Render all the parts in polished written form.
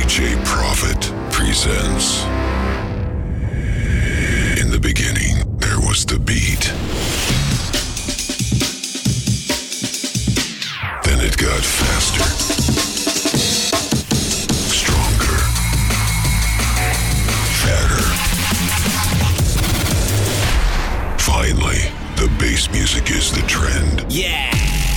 DJ Prophet presents. In the beginning, there was the beat. Then it got faster, stronger, fatter. Finally, the bass music is the trend. Yeah!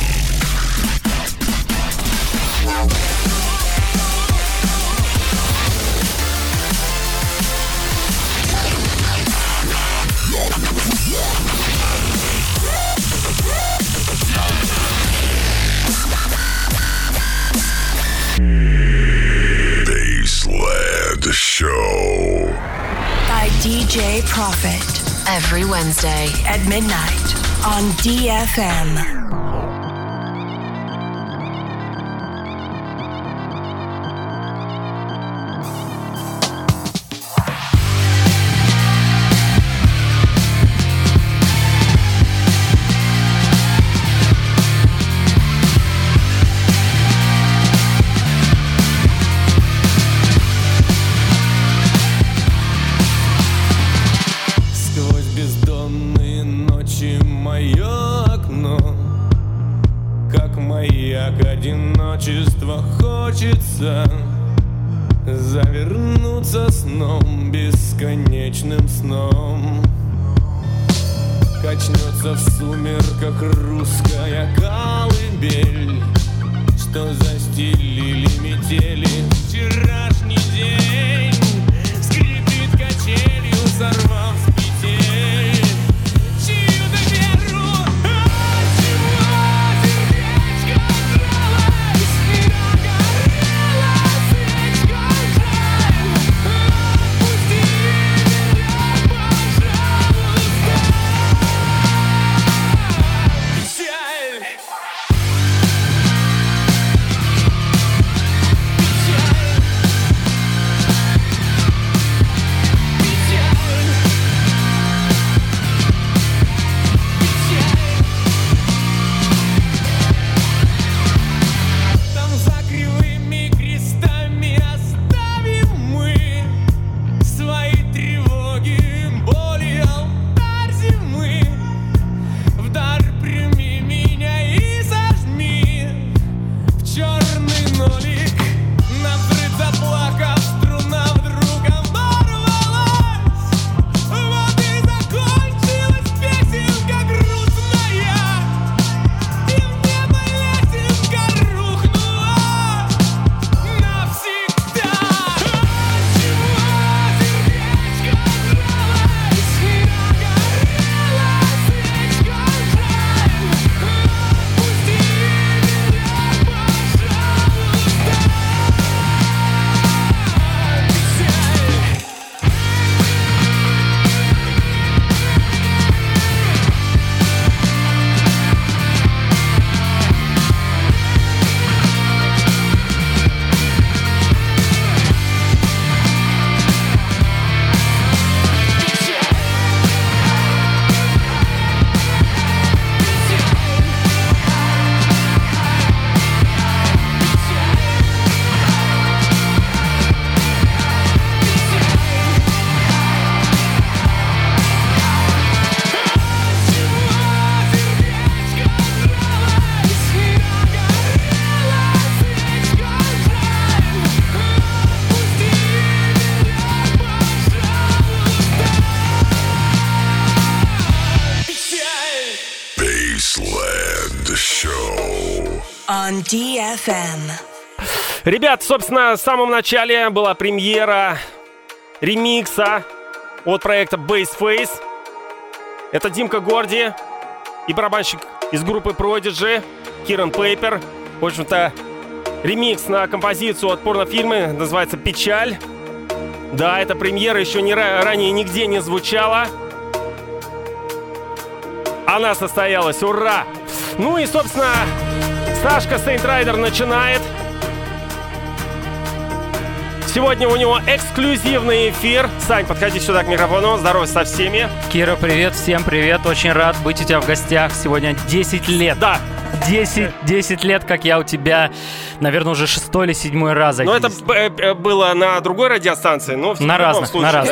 Bassland Show by DJ Prophet every Wednesday at midnight on DFM. Одиночество хочется завернуться сном, бесконечным сном. Качнется в сумерках русская колыбель, что застелили метели. Вчерашний день скрипит качелью, сорвав с петель чью-то веру. On DFM. Ребят, собственно, в самом начале была премьера ремикса от проекта Bassface. Это Димка Горди и барабанщик из группы Prodigy Киран Пейпер. В общем-то, ремикс на композицию от порнофильма называется «Печаль». Да, эта премьера еще ранее нигде не звучала. Она состоялась, ура! Ну и, собственно, Сашка Saint Rider начинает. Сегодня у него эксклюзивный эфир. Сань, подходи сюда к микрофону. Здоровайся со всеми. Кира, привет, всем привет. Очень рад быть у тебя в гостях. Сегодня 10 лет. Да, 10 лет, как я у тебя, наверное, уже 6-й или 7-й раз. Но это было на другой радиостанции, но на разных.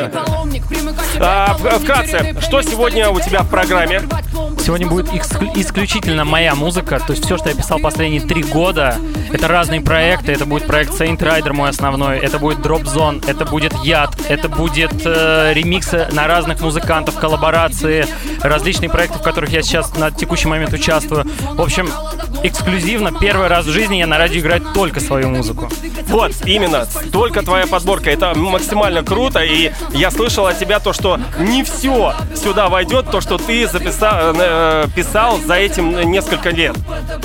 Вкратце, что сегодня у тебя в программе? Сегодня будет исключительно моя музыка. То есть все, что я писал последние 3 года, это разные проекты. Это будет проект Saint Rider мой основной, это будет Drop Zone, это будет Яд, это будет ремиксы на разных музыкантов, коллаборации, различные проекты, в которых я сейчас на текущий момент участвую. В общем, эксклюзивно первый раз в жизни я на радио играю только свою музыку. Вот, именно, только твоя подборка. Это максимально круто, и я слышал от тебя то, что не все сюда войдет, то, что ты писал за этим несколько лет.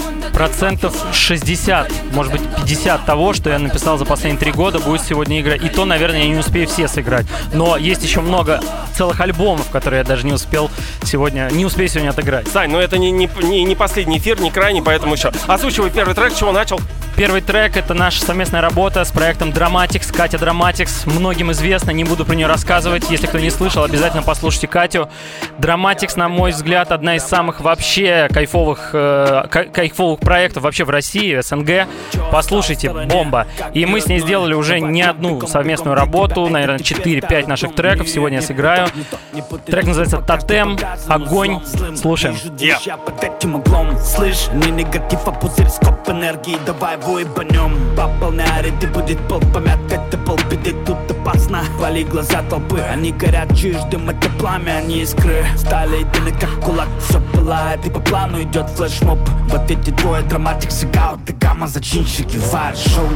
60%, может быть 50% того, что я написал за последние 3 года, будет сегодня играть. И то, наверное, я не успею все сыграть. Но есть еще много целых альбомов, которые я даже не успею сегодня отыграть. Сань, ну это не последний эфир, не крайний, поэтому еще. Озвучивай первый трек, с чего начал? Первый трек — это наша совместная работа с проектом Dramatics, Катя Dramatics. Многим известно, не буду про нее рассказывать. Если кто не слышал, обязательно послушайте Катю. Dramatics, на мой взгляд, одна из самых вообще кайфовых проектов вообще в России, СНГ. Послушайте, бомба. И мы с ней сделали уже не одну совместную работу, наверное, 4-5 наших треков. Сегодня я сыграю. Трек называется «Тотем», «Огонь». Слушаем. Слышь, не негатив, а пузырь, скоп энергии, давай выебанем. Пополняй ряды, будет полпомят, это полбеды, тут опасно. Вали глаза толпы, они горят, чуешь дым, это пламя, а не искры. Стали едины, как кулак, все пылает, и по плану идет флешмоб. Вот эти двое, Dramatics и Гаут, и Гамма, зачинщики, варят шоу.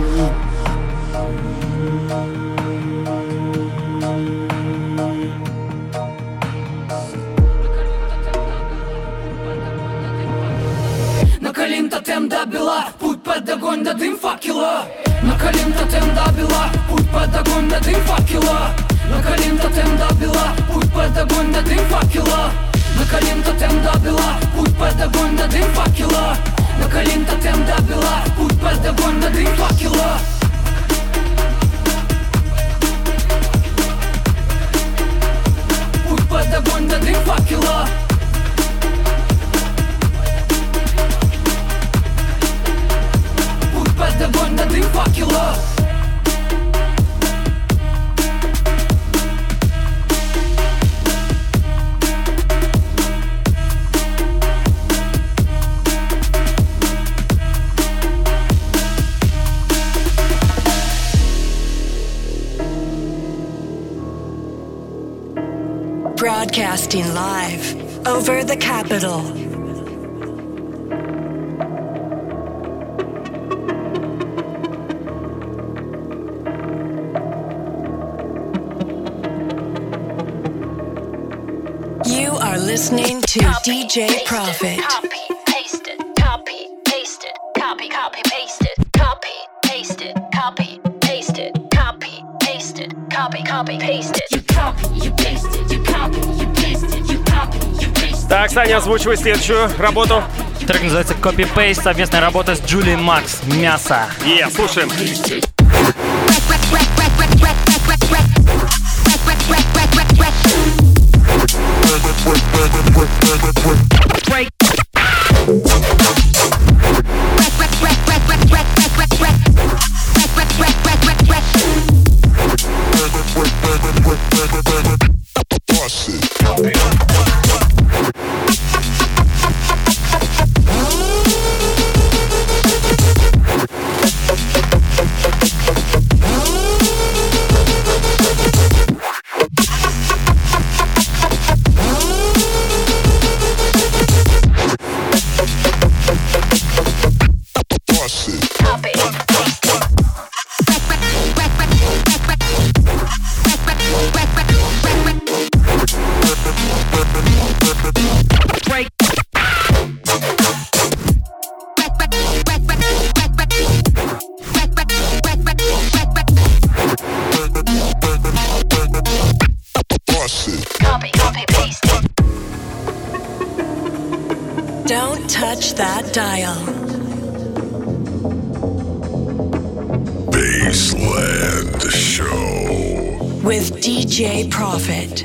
Накалим тотем до бела, путь под огонь, да дым факела. Накалим тотем до бела, путь под огонь, да дым факела. Накалим тотем до бела, путь под огонь, да дым факела. Накалим тотем до бела, путь под огонь, да дым факела. Накалим тотем до бела, путь под огонь, да дым факела. Путь под огонь, да дым факела. Под огонь, да дым факела. Broadcasting live over the capital. You are listening to Copy, DJ Profit. Copy, paste it, copy, paste it, copy, paste it, copy, paste it, copy, paste it, copy, paste it, copy, paste it. You copy, you paste it, you copy, you paste it, you copy, you paste it. Так, Саня, озвучивай следующую работу. Трек называется «Copy-Paste», совместная работа с Джулией Макс. Мясо. Слушаем. Don't touch that dial. Baseland Show With DJ Profit.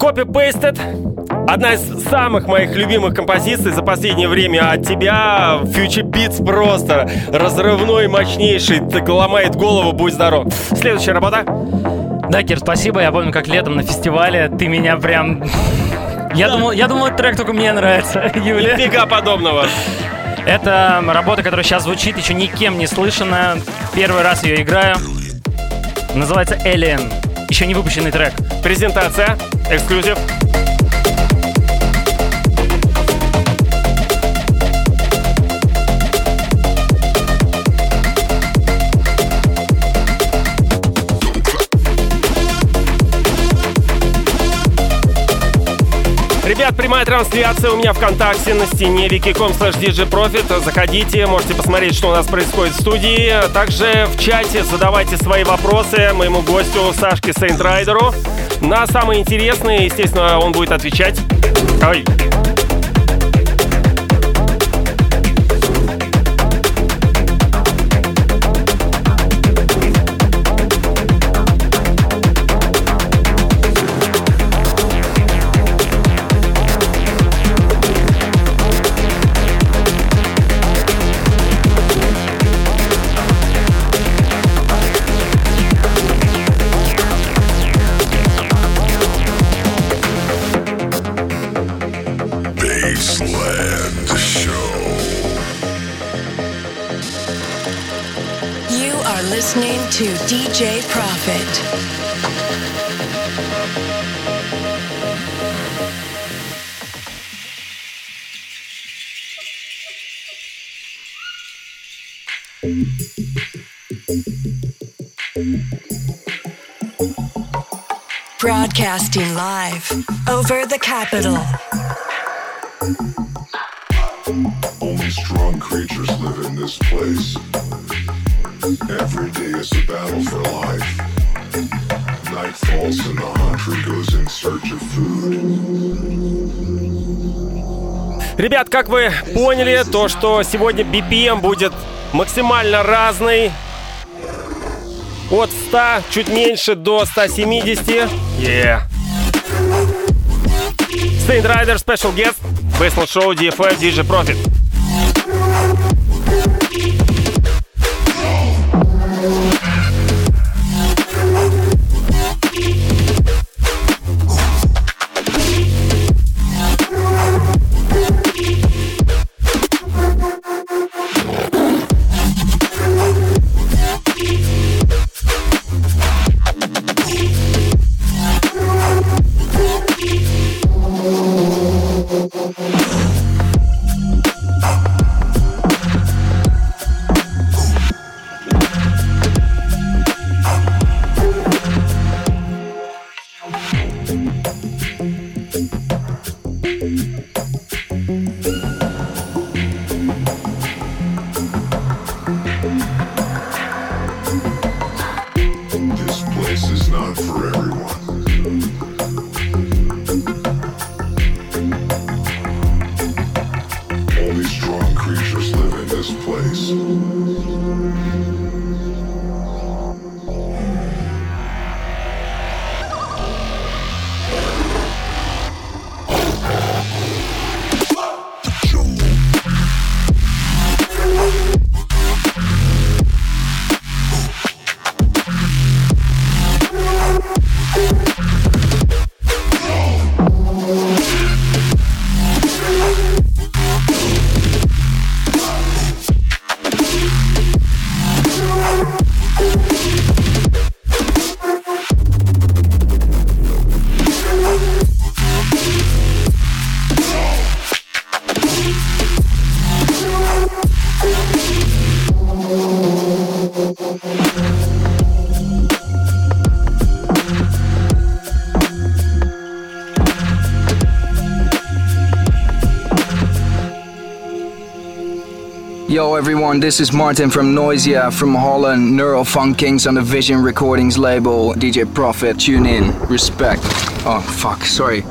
Copy-Pasted. Одна из самых моих любимых композиций за последнее время от тебя. Future Beats просто разрывной, мощнейший. Так ломает голову, будь здоров. Следующая работа. Да, Кир, спасибо. Я помню, как летом на фестивале ты меня прям... Я думал, этот трек только мне нравится, Юля. Нифига подобного. Это работа, которая сейчас звучит, еще никем не слышана. Первый раз ее играю. Называется Alien. Еще не выпущенный трек. Презентация. Эксклюзив. Ребят, прямая трансляция у меня ВКонтакте на стене wiki.com/djprofit. Заходите, можете посмотреть, что у нас происходит в студии. Также в чате задавайте свои вопросы моему гостю Сашке Сейнтрайдеру. На самые интересные, естественно, он будет отвечать. Ой. Listening to DJ Profit. Broadcasting live over the capital. Only strong creatures live in this place. Every day is a battle for life. Night falls and the hunter goes in search of food. Ребят, как вы поняли, то, что сегодня BPM будет максимально разный. От 100, чуть меньше, до 170. Yeah. Сейнтрайдер, Special Guest, Baseline Show, DFF, DJ Profit. Yo everyone, this is Martin from Noisia from Holland, Neurofunk Kings on the Vision Recordings label, DJ Profit, tune in, respect. Oh fuck, sorry.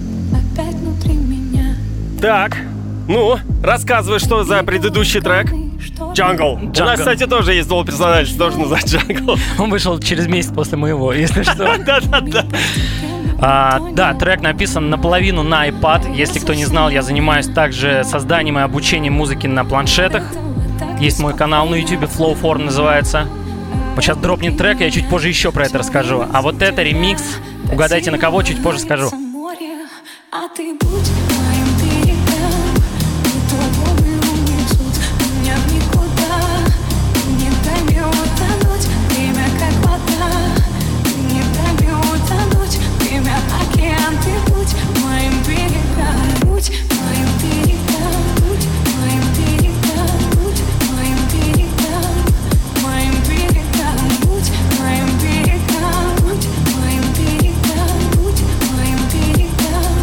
Так, ну, рассказывай, что за предыдущий трек. Джангл. У нас, кстати, тоже есть новый персонаж, тоже называется Джангл. Он вышел через месяц после моего, если что. Да-да-да. Да, трек написан наполовину на iPad. Если кто не знал, я занимаюсь также созданием и обучением музыки на планшетах. Есть мой канал на YouTube, Flow4 называется. Вот сейчас дропнет трек, я чуть позже еще про это расскажу. А вот это ремикс, угадайте на кого, чуть позже скажу. А ты будь моим берегом, и то волны унесут меня в никуда. Не дай мне утонуть, время как вода. Не дай мне утонуть, время океан. Ты будь моим берегом, будь моим берегом, будь моим берегом, будь моим берегом, моим берегом, будь моим берегом, будь моим берегом, будь моим берегом.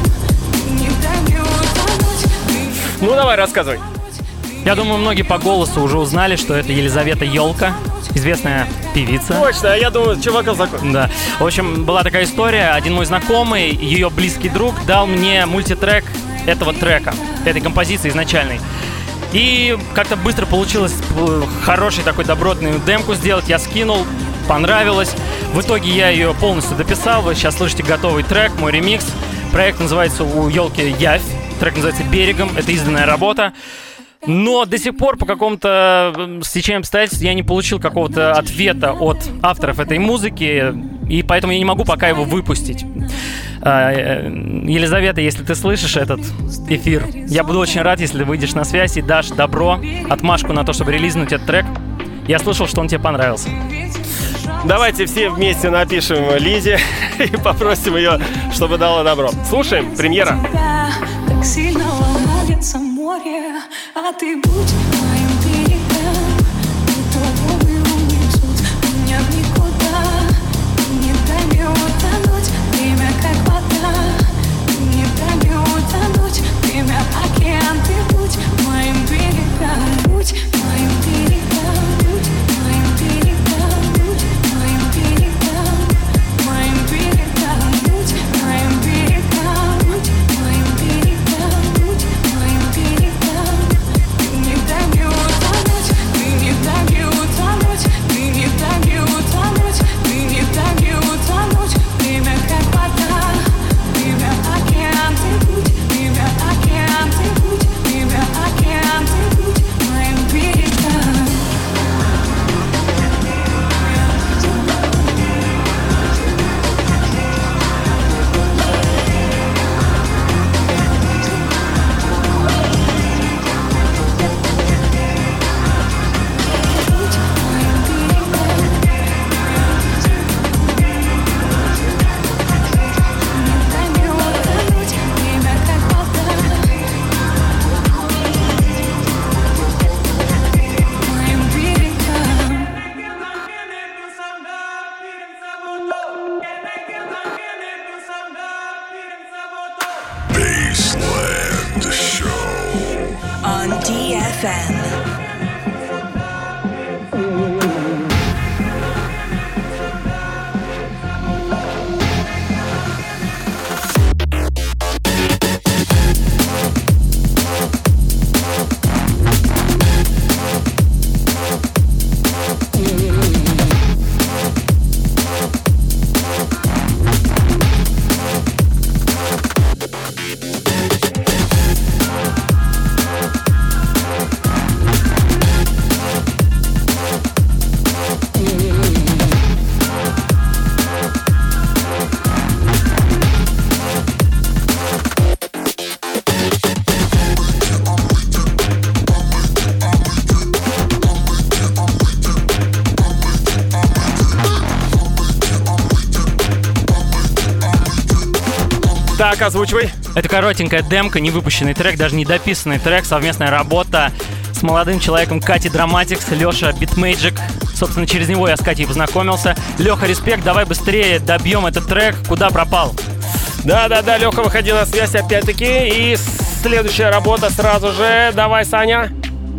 Ну давай, рассказывай. Я думаю, многие по голосу уже узнали, что это Елизавета Ёлка, известная певица. Точно, я думаю, чувак закон. Да. В общем, была такая история. Один мой знакомый, ее близкий друг, дал мне мультитрек этого трека, этой композиции изначальной. И как-то быстро получилось хороший такой добротную демку сделать. Я скинул, понравилось. В итоге я ее полностью дописал. Вы сейчас слышите готовый трек, мой ремикс. Проект называется у Ёлки «Явь». Трек называется «Берегом». Это изданная работа. Но до сих пор по какому-то стечению обстоятельств я не получил какого-то ответа от авторов этой музыки. И поэтому я не могу пока его выпустить. Елизавета, если ты слышишь этот эфир, я буду очень рад, если ты выйдешь на связь и дашь добро, отмашку на то, чтобы релизнуть этот трек. Я слышал, что он тебе понравился. Давайте все вместе напишем Лизе и попросим ее, чтобы дала добро. Слушаем, премьера. Так сильно волнуется море, а ты будь моим берегом, и то волны унесут меня в никуда. Не дай мне утонуть, время как вода. Не дай мне утонуть, время океан. Ты будь моим берегом, будь моим берегом, будь моим берегом, будь моим берегом, моим берегом, будь моим берегом, будь моим берегом, будь моим берегом. Не дай мне утонуть, ты не дай мне утонуть, ты не дай мне утонуть, ты не дай мне утонуть. Время как вода, время океан. Ты будь, время океан. Ты будь, время океан. Ты будь моим берегом. Baseland Show On DFM. Так, озвучивай. Это коротенькая демка, невыпущенный трек, даже не дописанный трек, совместная работа с молодым человеком Кати Dramatics, Леша Beatmagic. Собственно, через него я с Катей познакомился. Леха, респект, давай быстрее добьем этот трек. Куда пропал? Да-да-да, Леха, выходи на связь опять-таки. И следующая работа сразу же. Давай, Саня.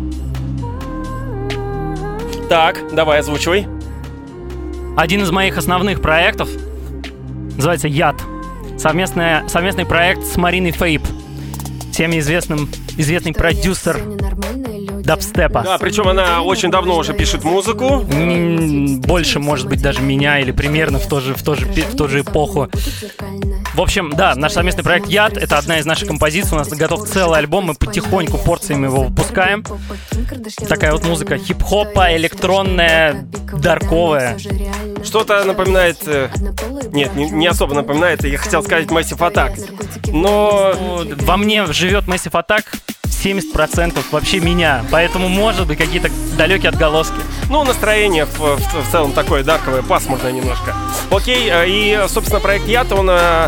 Так, давай, озвучивай. Один из моих основных проектов называется «Яд». Совместный проект с Мариной Фейп, всеми известный продюсер дабстепа. Да, причем она очень давно уже пишет музыку. Больше, может быть, даже меня, или примерно в ту же эпоху. В общем, да, наш совместный проект «Яд» — это одна из наших композиций. У нас готов целый альбом, мы потихоньку порциями его выпускаем. Такая вот музыка хип-хопа, электронная, дарковая. Что-то напоминает... Нет, не особо напоминает, я хотел сказать Massive Attack. Но... Во мне живет Massive Attack 70% вообще меня, поэтому, может быть, какие-то далекие отголоски. Ну, настроение в целом такое дарковое, пасмурное немножко. Окей, и, собственно, проект «Яд», он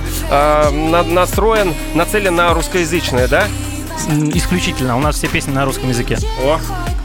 нацелен на русскоязычное, да? Исключительно, у нас все песни на русском языке. О.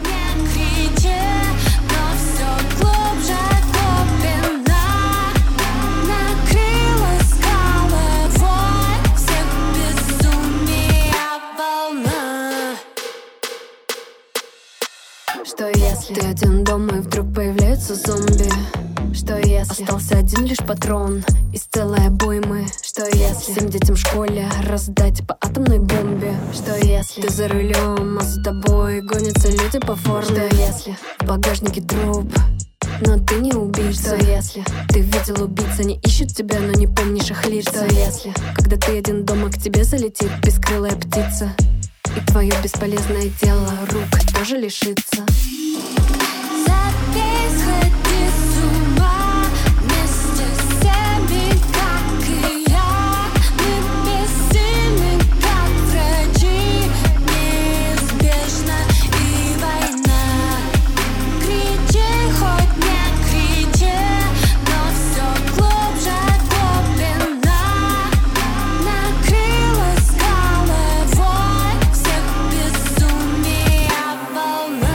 Что если ты один дома и вдруг появляются зомби? Что если остался один лишь патрон из целой обоймы? Что если всем детям в школе раздать по атомной бомбе? Что если ты за рулем, а за тобой гонятся люди по форме? Что если в багажнике труп, но ты не убийца? Что если ты видел убийц, они ищут тебя, но не помнишь их лица? Что если, когда ты один дома, к тебе залетит бескрылая птица, и твое бесполезное тело рук тоже лишится? Запись, сходи с ума вместе с всеми, как и я. Мы бессильны, как врачи, неизбежна и война. Кричи, хоть не кричи, но все глубже глубина. Накрыла головой всех безумия волна.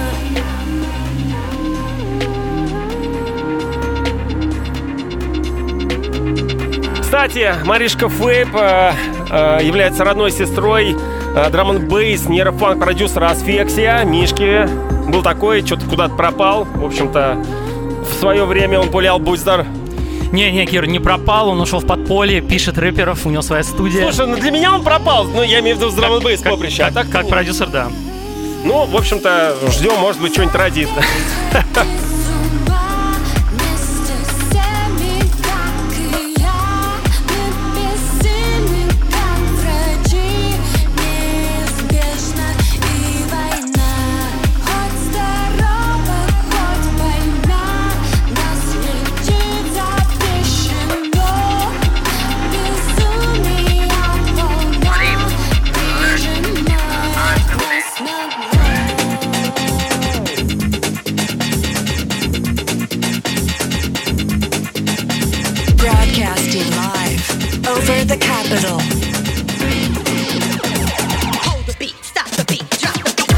Кстати, Маришка Фейп является родной сестрой драм-н-бейс, нейрофанк-продюсера Асфексия, Мишки. Был такой, что-то куда-то пропал. В общем-то, в свое время он пулял «Будь здоров». Не, Кир, не пропал, он ушел в подполье, пишет рэперов, у него своя студия. Слушай, ну для меня он пропал, ну я имею в виду с драм-н-бейс поприща. Как продюсер, да. Ну, в общем-то, ждем, может быть, что-нибудь родит. Broadcasting live over the capital. Hold the beat, stop the beat, drop the beat.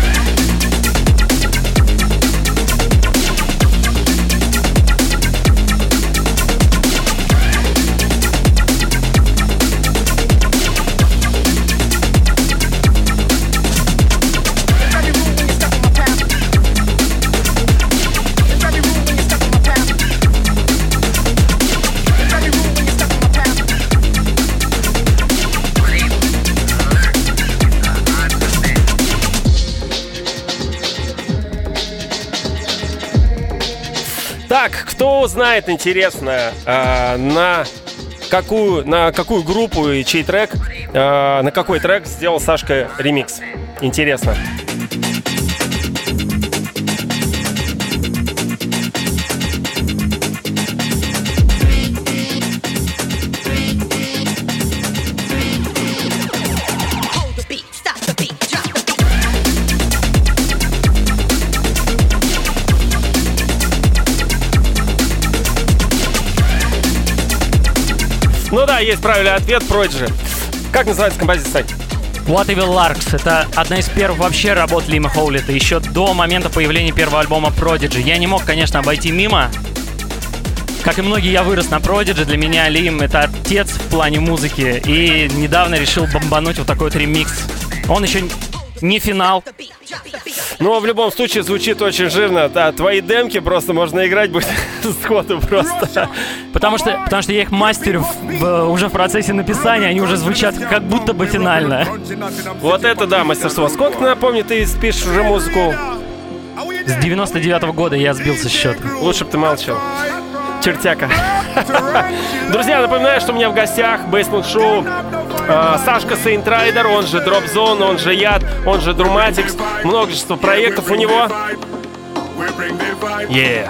Так, кто знает, интересно, на какую группу и чей трек, на какой трек сделал Сашка ремикс? Интересно. Hold the beat, stop the beat, drop the beat. Ну да, есть правильный ответ, Prodigy. Как называется композиция? What Evil Larks — это одна из первых вообще работ Лима Хоулита, еще до момента появления первого альбома Prodigy. Я не мог, конечно, обойти мимо. Как и многие, я вырос на Prodigy. Для меня Лим — это отец в плане музыки. И недавно решил бомбануть вот такой вот ремикс. Он еще не финал. Но в любом случае звучит очень жирно. Да, твои демки просто можно играть будет сходу просто. Потому что я их мастерю уже в процессе написания, они уже звучат как будто бы финально. Вот это да, мастерство. Сколько, напомни, ты пишешь уже музыку? С 99-го года я сбился с счета. Лучше бы ты молчал. Чертяка. Друзья, напоминаю, что у меня в гостях Basement Show Сашка Сейнтрайдер, он же Drop Zone, он же Яд, он же Dramatics. Множество проектов у него. Yeah.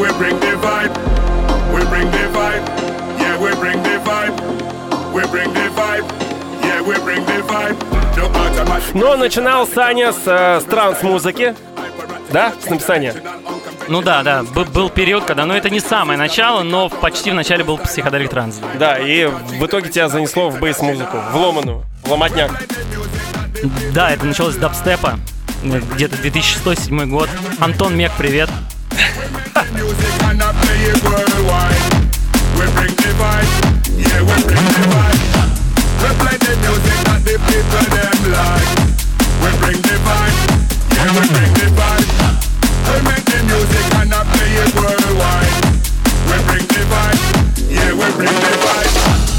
Но начинал Саня с транс-музыки. Да? С написания? Ну да, был период, когда, это не самое начало, но почти в начале был психоделик транс. Да, и в итоге тебя занесло в бейс-музыку, в ломаную, в ломотняк. Да, это началось с дабстепа, где-то 2006-2007 год. Антон Мек, привет. We make the music and I play it worldwide. We bring the vibe, yeah, we bring the vibe.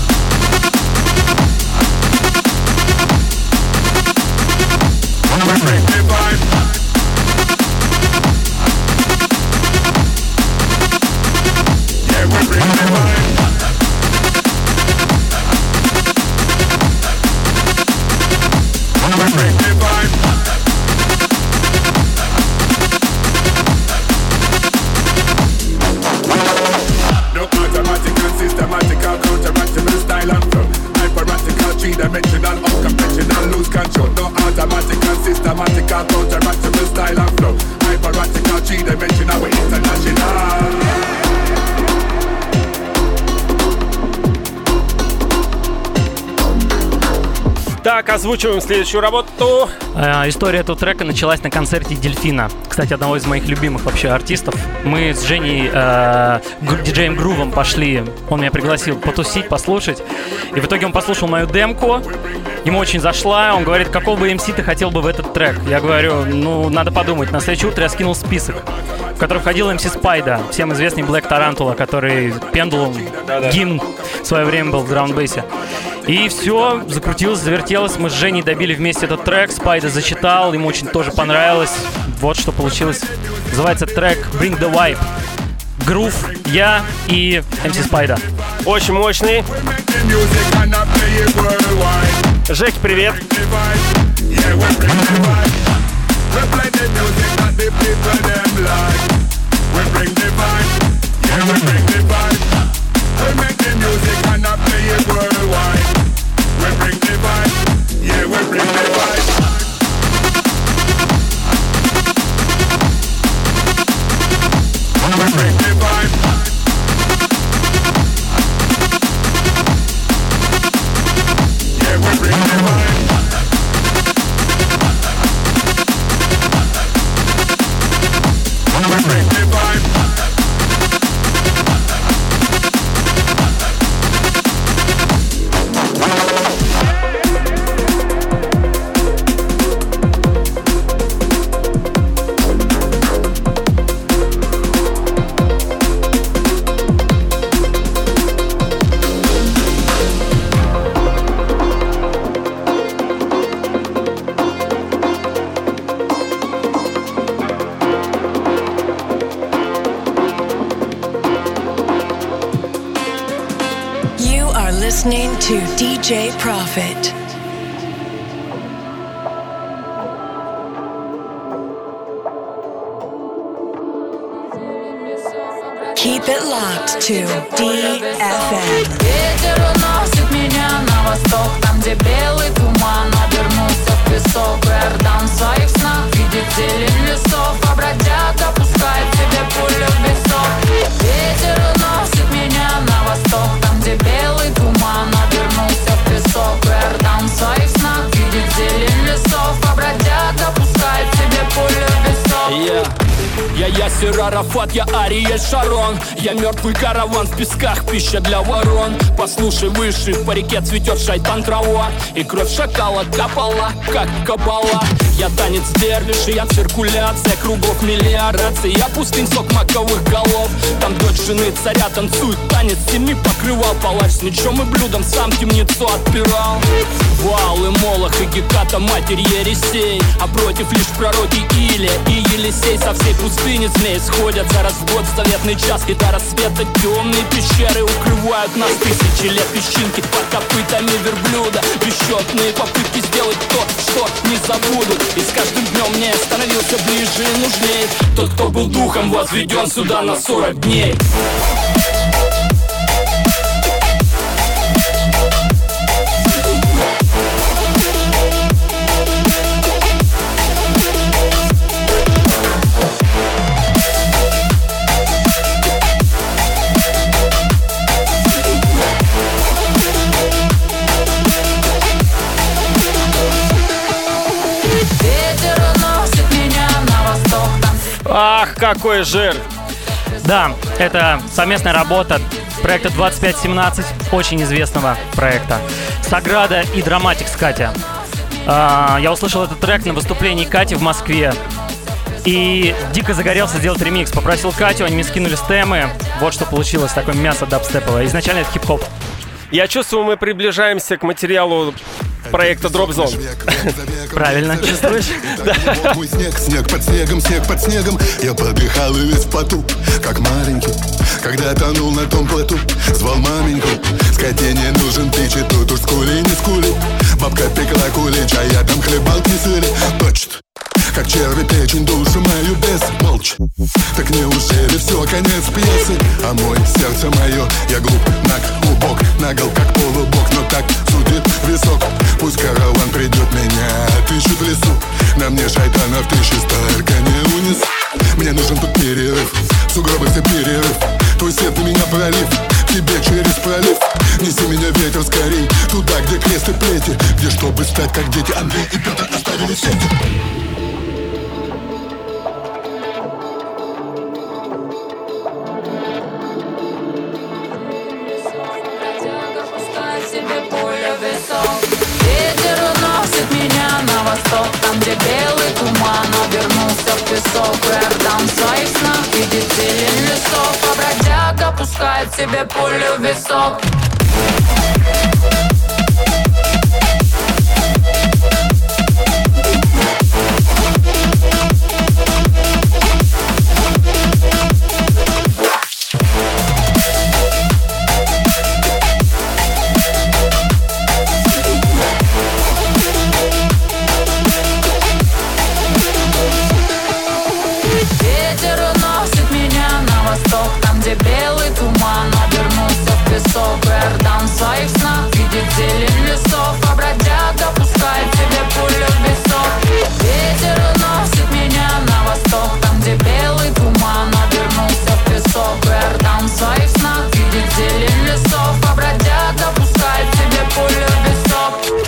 We bring the vibe. Yeah, we bring the vibe. We bring the vibe. Systematical, counter-radical style and flow. Hyper-radical, three-dimensional, unconventional, lose control. No automatical, systematical, counter-radical style and flow. Hyper-radical, three-dimensional, we're international. Так, озвучиваем следующую работу. История этого трека началась на концерте Дельфина. Кстати, одного из моих любимых вообще артистов. Мы с Женей, диджеем Грувом, пошли. Он меня пригласил потусить, послушать. И в итоге он послушал мою демку. Ему очень зашла. Он говорит, какого бы MC ты хотел бы в этот трек? Я говорю, надо подумать. На следующее утро я скинул список, в который входил MC Spider, всем известный Black Tarantula, который Pendulum, гимн в свое время был в драм-н-бейсе. И все, закрутилось, завертелось. Мы с Женей добили вместе этот трек. Спайда зачитал, ему очень тоже понравилось. Вот что получилось. Называется трек Bring the Vibe. Грув, я и MC Спайда. Очень мощный. Жек, привет. We make the music and I play it worldwide. We bring the vibe, yeah, we bring the vibe. We bring the vibe. Yeah, we bring the vibe. We bring the vibe. Listening to DJ Profit. Keep it locked to DFM. Ветер уносит меня на восток, там, где белый туман обернулся в песок. Иордан в своих снах видит зелень лесов, а бродяга пускает себе пулю в висок. Ветер уносит меня на восток, там, где белый туман обернулся в песок. Иордан в своих снах видит зелень лесов, а бродяга пускает себе пулю в висок. Я Ясер Арафат, я Ариэль Шарон. Я мертвый караван в песках, пища для ворон. Послушай выше, по реке цветет шайтан трава. И кровь шакала капала, как кабала. Я танец дервиши, я циркуляция кругов мелиорации. Я пустынь, сок маковых голов. Там дочь жены царя танцует танец семи покрывал. Палач с мечом и блюдом сам темницу отпирал. Вал и Молох и Геката, матерь Ересей. А против лишь пророки Илия и Елисей. Со всей пустыни змеи сходятся раз в год в заветный час. И до рассвета темные пещеры укрывают нас. Тысячи лет песчинки под копытами верблюда. Бесчетные попытки сделать то, что не забудут. И с каждым днем мне становился ближе и нужней тот, кто был духом возведен сюда на 40 дней. Ах, какой жир! Да, это совместная работа проекта 2517, очень известного проекта. Саграда и Драматикс, Катя. Я услышал этот трек на выступлении Кати в Москве и дико загорелся сделать ремикс. Попросил Катю, они мне скинули стемы. Вот что получилось, такое мясо дабстеповое. Изначально это хип-хоп. Я чувствую, мы приближаемся к материалу проекта Drop Zone. Правильно, чувствуешь? Мой снег под снегом. Я подыхал и весь в поту, как маленький, когда тонул на том плоту. Звал маменьку, скотине нужен птичий, тут уж скули, не скули. Бабка пекла кулич, а я там хлебал кисыли. Точно, как черви печень, душу мою без молча. Так неужели все, конец пьесы? А мой сердце мое, я глуп, наг, убок, нагл, как полубок. Но так судит висок. Пусть караван придет, меня отыщут в лесу. На мне шайтанов тысячи, старка не унес. Мне нужен тут перерыв, сугробы все перерыв. Твой свет на меня пролив, тебе через пролив. Неси меня ветер скорей, туда, где крест и плети, где чтобы стать как дети Андрей и Петр оставили сети. Ветер уносит меня на восток, там, где белый туман обернулся в песок. Иордан в своих снах видит зелень лесов, а бродяга пускает себе пулю в висок. Там, где белый туман обернулся в песок. Иордан в своих снах видит зелень лесов, а бродяга пускает себе пулю в висок. Ветер уносит меня на восток, там, где белый туман обернулся в песок. Иордан в своих снах видит зелень лесов, а бродяга пускает себе пулю в висок.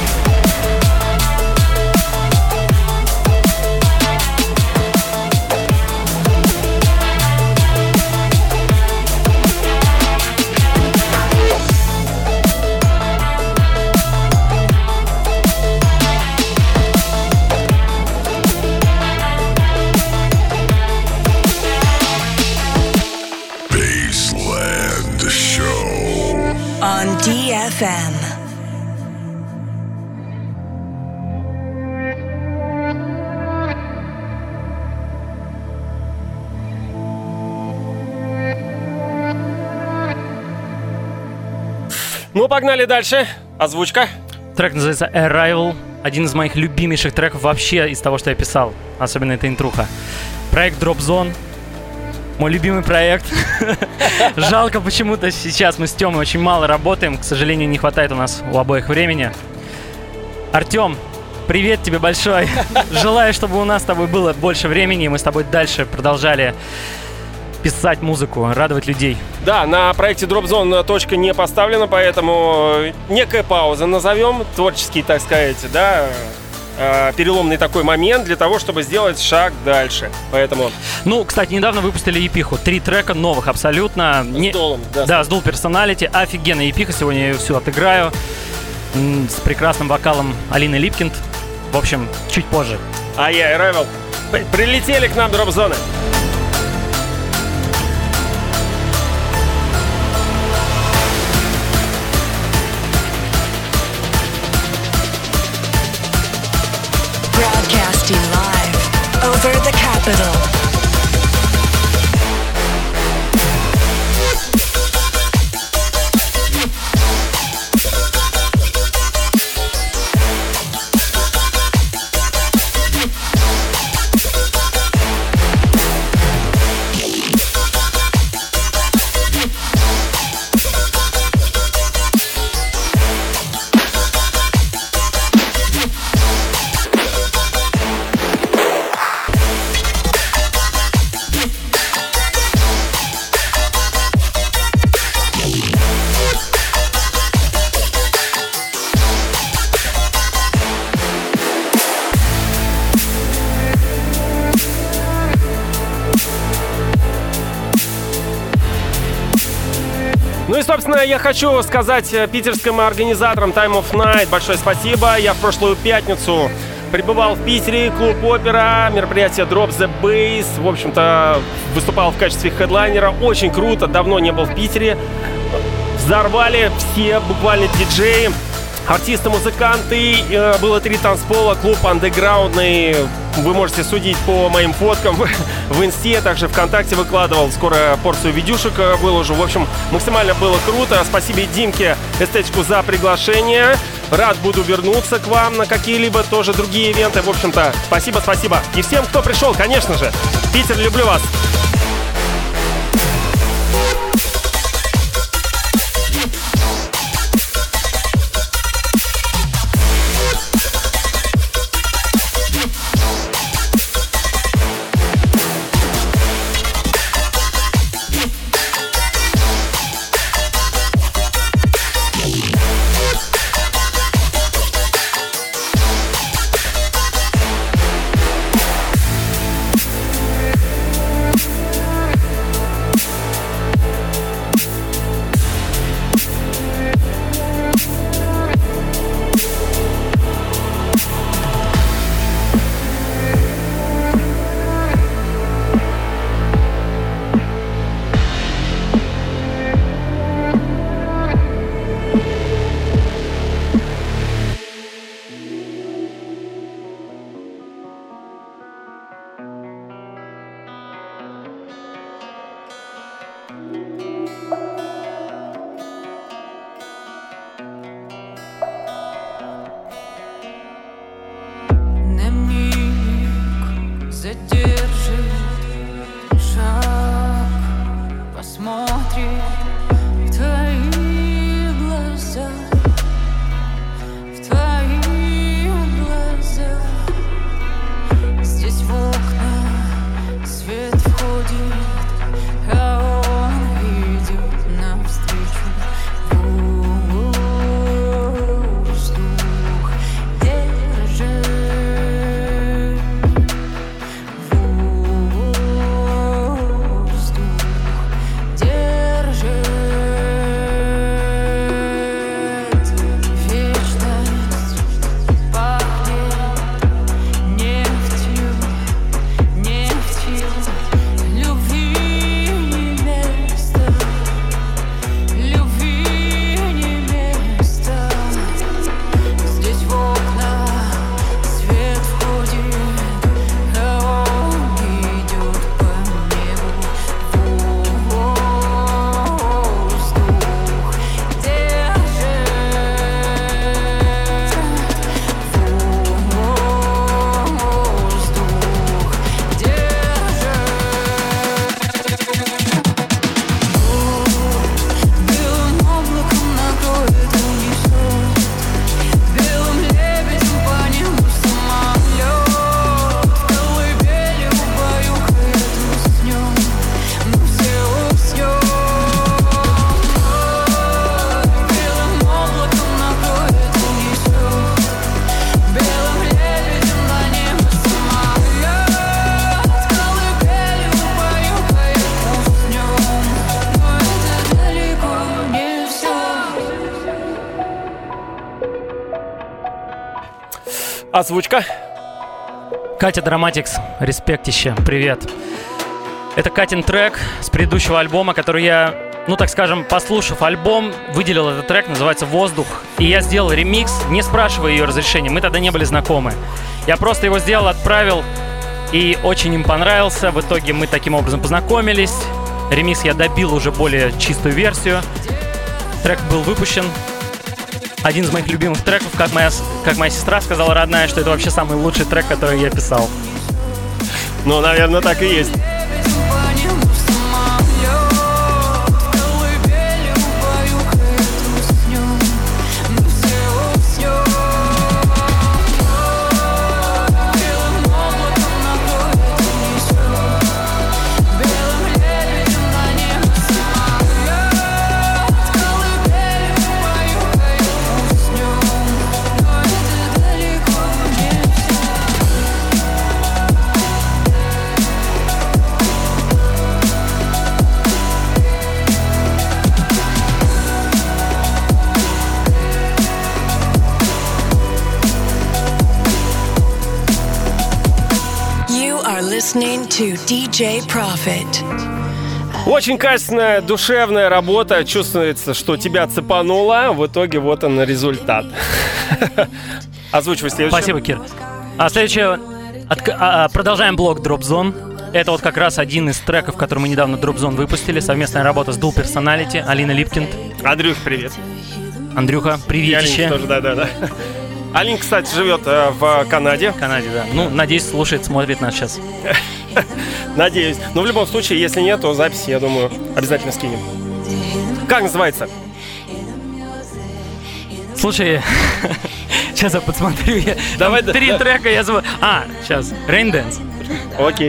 On DFM. Ну, погнали дальше. Озвучка. Трек называется Arrival. Один из моих любимейших треков вообще из того, что я писал. Особенно это интруха. Проект Drop Zone. Мой любимый проект. Жалко, почему-то сейчас мы с Тёмой очень мало работаем. К сожалению, не хватает у нас у обоих времени. Артём, привет тебе большой. Желаю, чтобы у нас с тобой было больше времени, и мы с тобой дальше продолжали писать музыку, радовать людей. Да, на проекте Drop Zone точка не поставлена, поэтому некая пауза назовем, творческий, так сказать, да, переломный такой момент для того, чтобы сделать шаг дальше. Поэтому... Ну, кстати, недавно выпустили эпиху. 3 трека новых абсолютно. С Дулом, да. Да, с Дул Personality. Офигенная эпиха. Сегодня я ее всю отыграю. С прекрасным вокалом Алины Липкинд. В общем, чуть позже. А я и Ревел. Прилетели к нам дроп-зоны. Broadcasting live over the capital. Ну и, собственно, я хочу сказать питерским организаторам Time of Night большое спасибо. Я в прошлую пятницу пребывал в Питере, клуб «Опера», мероприятие Drop the Bass. В общем-то, выступал в качестве хедлайнера. Очень круто, давно не был в Питере. Взорвали все буквально диджеи, артисты, музыканты. Было 3 танцпола, клуб андеграундный. Вы можете судить по моим фоткам в Инсте, также ВКонтакте выкладывал. Скоро порцию видюшек выложу. В общем, максимально было круто. Спасибо Димке Эстетику за приглашение. Рад буду вернуться к вам на какие-либо тоже другие ивенты. В общем-то, спасибо. И всем, кто пришел, конечно же. Питер, люблю вас. Озвучка. Катя Драматикс, респектище, привет. Это Катин трек с предыдущего альбома, который я, так скажем, послушав альбом, выделил этот трек, называется «Воздух». И я сделал ремикс, не спрашивая ее разрешения, мы тогда не были знакомы. Я просто его сделал, отправил, и очень им понравился. В итоге мы таким образом познакомились. Ремикс я добил уже более чистую версию. Трек был выпущен. Один из моих любимых треков, как моя сестра сказала родная, что это вообще самый лучший трек, который я писал. Ну, наверное, так и есть. Listening to DJ Profit. Очень качественная, душевная работа. Чувствуется, что тебя цепануло. В итоге вот он результат. Озвучивай следующее. Спасибо, Кир. Следующее. Продолжаем блок Drop Zone. Это вот как раз один из треков, который мы недавно Drop Zone выпустили. Совместная работа с Dual Personality. Алина Липкинд. Андрюх, привет. Андрюха, приветище. Тоже, да. Алин, кстати, живет в Канаде. В Канаде, да. Надеюсь, слушает, смотрит нас сейчас. Надеюсь. Но в любом случае, если нет, то запись, я думаю, обязательно скинем. Как называется? Слушай, сейчас я подсмотрю. Давай, Три трека я забыл. Сейчас. Rain Dance. Окей.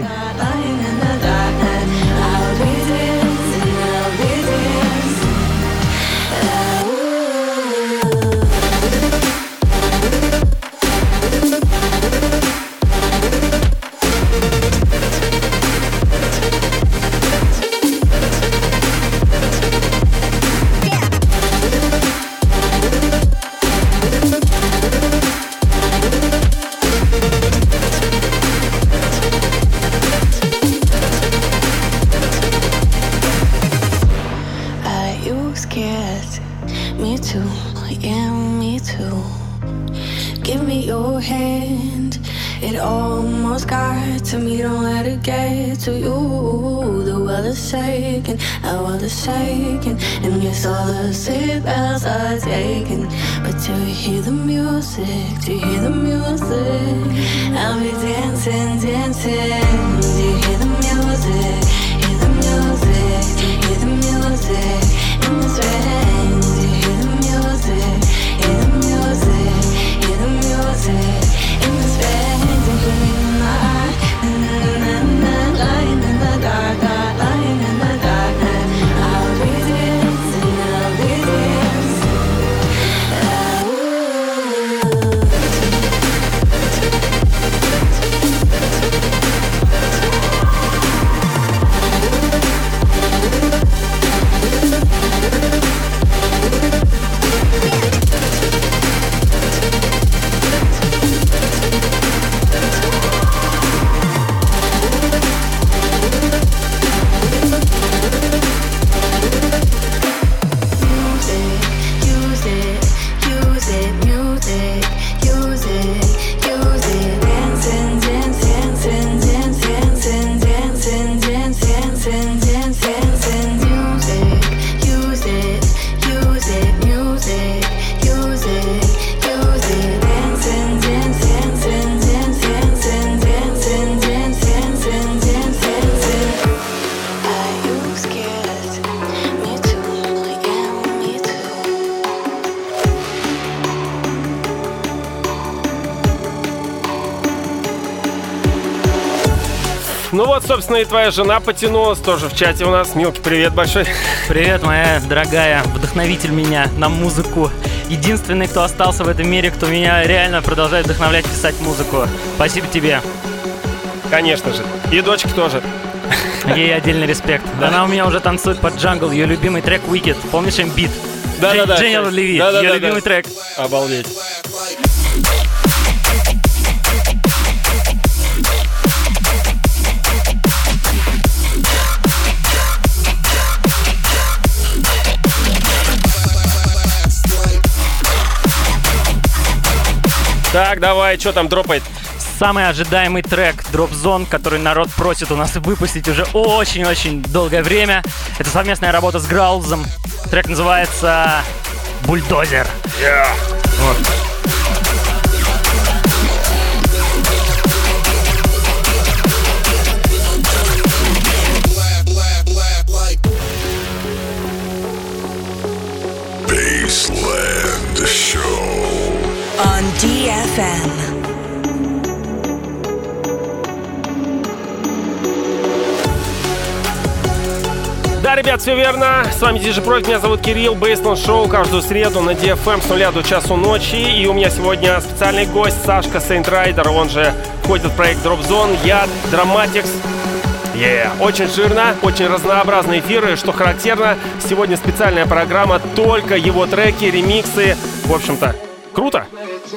Shaking, and yes, all the seatbelts are taken. But do you hear the music? Do you hear the music? I'll be dancing, dancing. Do you hear the music? Hear the music? Do you hear the music? In this rain, do you hear the music? Hear the music? Hear the music? In this rain, do you hear the night? Lying in the dark, lying in the dark night. Ну вот, собственно, и твоя жена потянулась тоже в чате у нас. Милки, привет большой. Привет, моя дорогая, вдохновитель меня на музыку. Единственный, кто остался в этом мире, кто меня реально продолжает вдохновлять писать музыку. Спасибо тебе. Конечно же. И дочка тоже. Ей отдельный респект. Да. Она у меня уже танцует под джангл. Ее любимый трек Wicked. Помнишь Эмбит? Да. Дженнифер Леви. Ее любимый трек. Обалдеть. Так, давай, что там дропает? Самый ожидаемый трек Drop Zone, который народ просит у нас выпустить уже очень-очень долгое время. Это совместная работа с Граузом. Трек называется «Бульдозер». Yeah. Вот. Baseland Show on DFM. Да, ребят, все верно. С вами DJ Profit, меня зовут Кирилл. Baseland Show каждую среду на DFM с 0 до часу ночи. И у меня сегодня специальный гость Сашка Сейнтрайдер. Он же входит в проект Drop Zone. Я Dramatics. Очень жирно, очень разнообразные эфиры. Что характерно, сегодня специальная программа, только его треки, ремиксы. В общем-то, круто.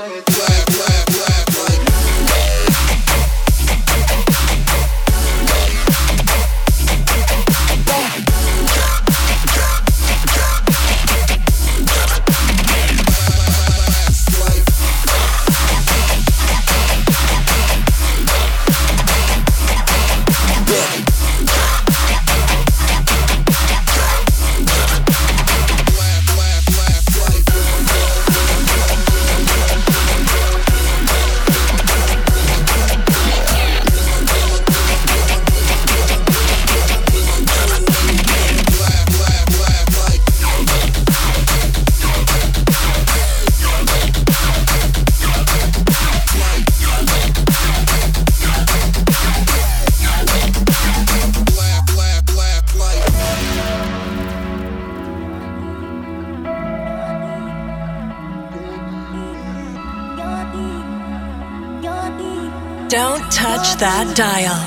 Don't touch that dial.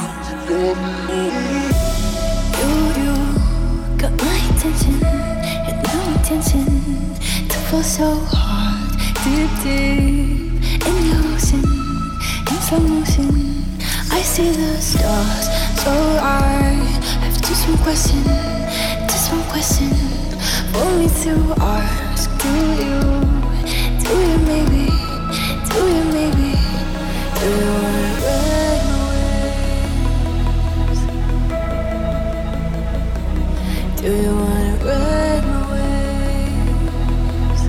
You got my attention and no intention to fall so hard, deep in the ocean, in slow motion. I see the stars, so I have just one question for me to ask. Do you maybe, do you maybe, do you wanna ride my waves? Do you wanna ride my waves?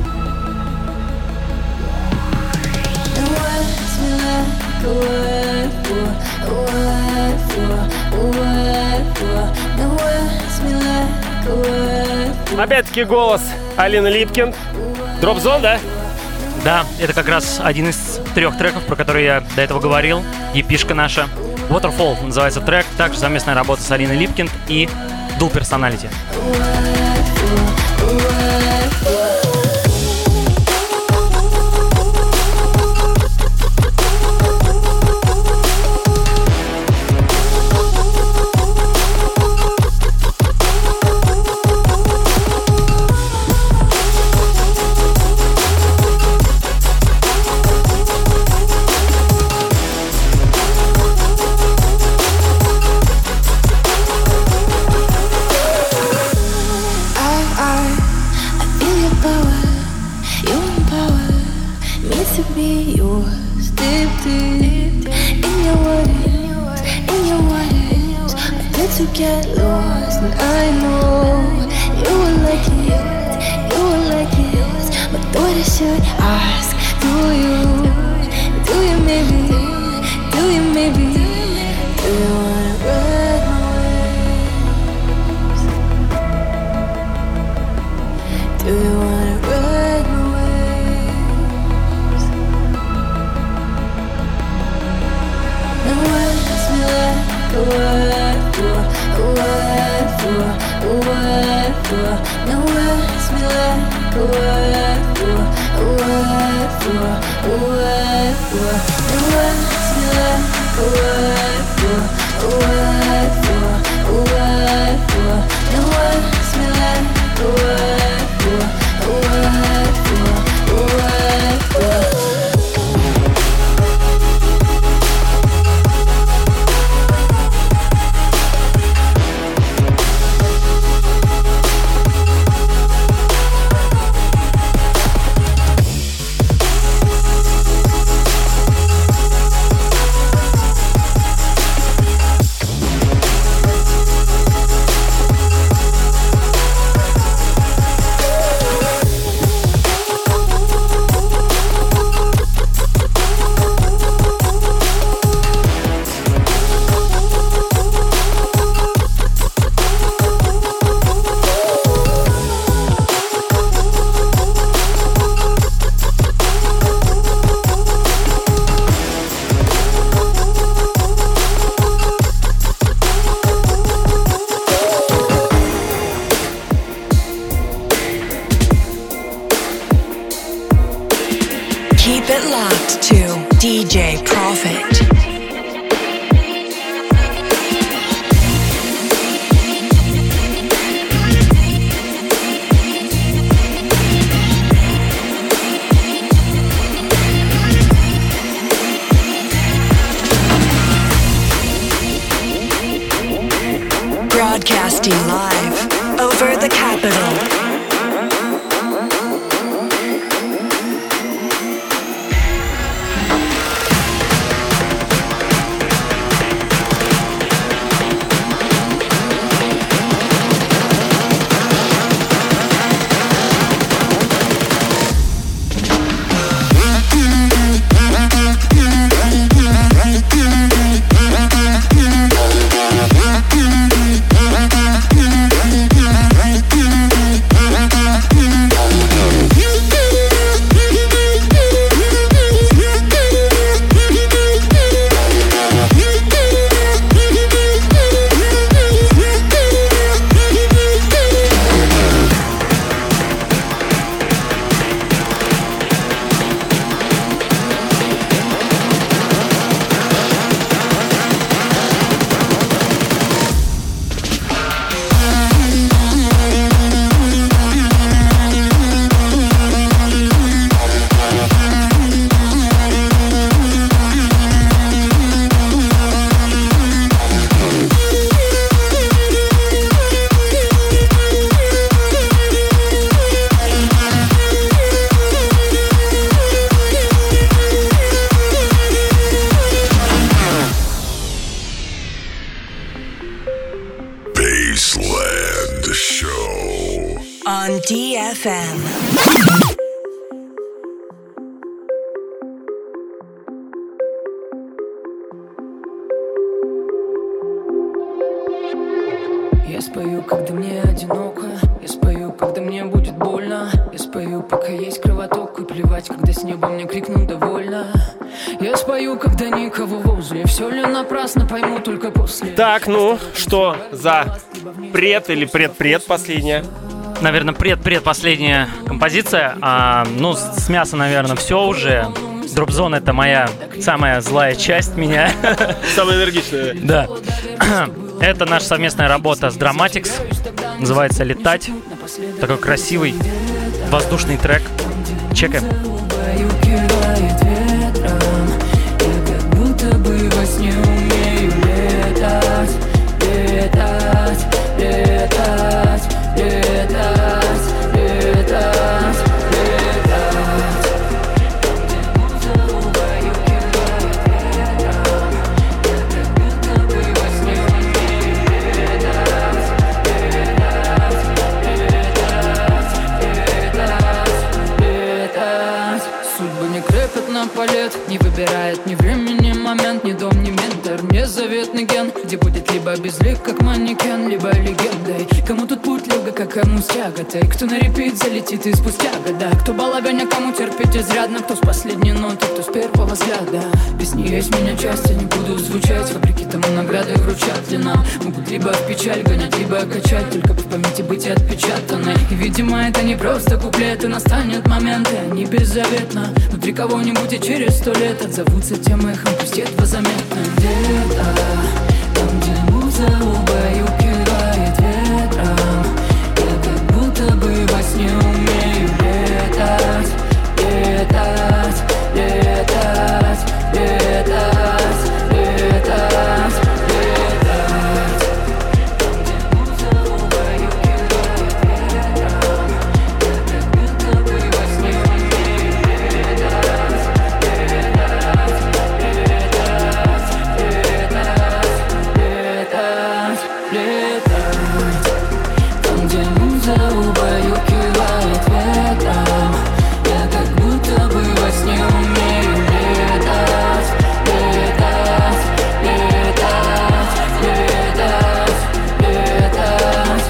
And what's me like a word for, a word for, a word for? And what's me like a word for? Опять-таки голос Алины Липкин. Drop Zone, да? Да, это как раз один из 3 треков, про которые я до этого говорил. Епишка наша. Waterfall называется трек. Также совместная работа с Алиной Липкин и Dual Personality. Broadcasting live over the capital. On DFM. Я спою, когда мне одиноко. Я спою, когда мне будет больно. Я спою, пока есть кровоток. И плевать, когда с неба мне крикнут довольно. Я спою, когда никого возле. Все ли напрасно, пойму только после. Так, ну, что за пред или предпред последняя? Наверное, предпоследняя композиция. Ну, с мяса, наверное, все уже. Дропзон — это моя самая злая часть меня. Самая энергичная. Да. Это наша совместная работа с Dramatics. Называется «Летать». Такой красивый воздушный трек. Чекаем. Не выбирает ни время, ни момент, ни дом, ни ментор, ни заветный ген, где будет либо безлик, как манекен, либо легендой. Кому тут путь легок, а кому с тяготой. Кто на репит залетит и спустя года. Кто баловень, а кому терпеть изрядно. Кто с последней ноты, кто с первого взгляда. Песни есть меня часть, они будут звучать. Вопреки тому награды вручат ли нам. Могут либо в печаль гонять, либо качать. Только в памяти быть отпечатаны. И, видимо, это не просто куплеты. Настанет момент, и они беззаветно внутри кого-нибудь и через 100 лет отзовутся тем эхом, пусть едва заметно. Где-то там, где муза убаюкивает ветром, я как будто бы во сне умею летать, летать, летать, летать, летать, летать. Там, где муза убаюкивает ветром, я как будто бы во сне умею летать, летать, летать, летать. Там, где муза убаюкивает ветром, я как будто бы во сне умею летать, летать, летать, летать, летать.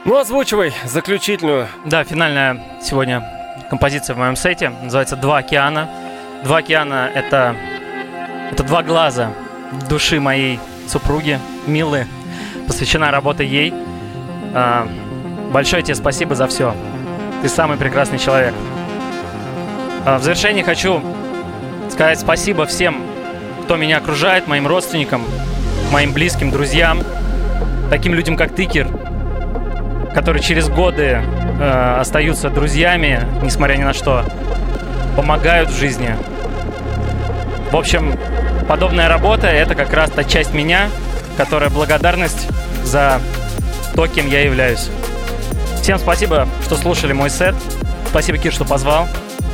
Ну, озвучивай заключительную. Да, финальная сегодня композиция в моем сете. Называется «Два океана». «Два океана» — это два глаза души моей супруги, Милы. Посвящена работа ей. Большое тебе спасибо за все. Ты самый прекрасный человек. В завершении хочу сказать спасибо всем, кто меня окружает, моим родственникам, моим близким, друзьям, таким людям, как ты, Кир, которые через годы остаются друзьями, несмотря ни на что, помогают в жизни. В общем, подобная работа — это как раз та часть меня, которая благодарность за то, кем я являюсь. Всем спасибо, что слушали мой сет. Спасибо, Кир, что позвал.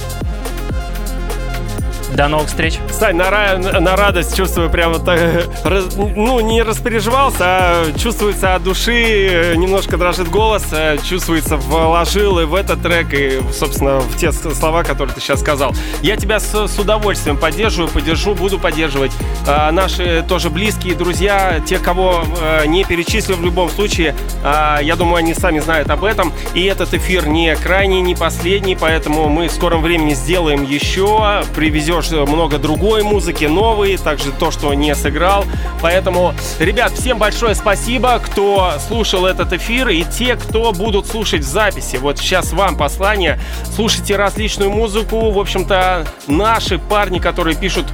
До новых встреч. Сань, на радость чувствую прямо так, не распереживался, а чувствуется от души, немножко дрожит голос, чувствуется, вложил и в этот трек, и, собственно, в те слова, которые ты сейчас сказал. Я тебя с удовольствием поддержу, буду поддерживать. Наши тоже близкие друзья, те, кого не перечислю в любом случае, я думаю, они сами знают об этом. И этот эфир не крайний, не последний, поэтому мы в скором времени сделаем еще, привезешь много другой музыки, новой, также то, что не сыграл. Поэтому, ребят, всем большое спасибо, кто слушал этот эфир, и те, кто будут слушать в записи. Вот сейчас вам послание. Слушайте различную музыку. В общем-то, наши парни, которые пишут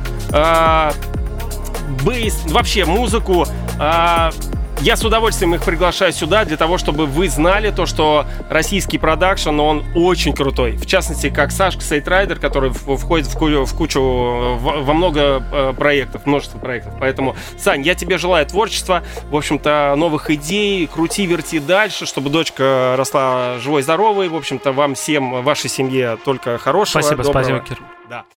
бейс, вообще музыку, я с удовольствием их приглашаю сюда для того, чтобы вы знали то, что российский продакшн, он очень крутой. В частности, как Сашка Сейтрайдер, который входит в кучу, во много проектов, множество проектов. Поэтому, Сань, я тебе желаю творчества, в общем-то, новых идей, крути, верти дальше, чтобы дочка росла живой, здоровой. В общем-то, вам всем, вашей семье только хорошего, Спасибо, доброго. спасибо, Кир. Да.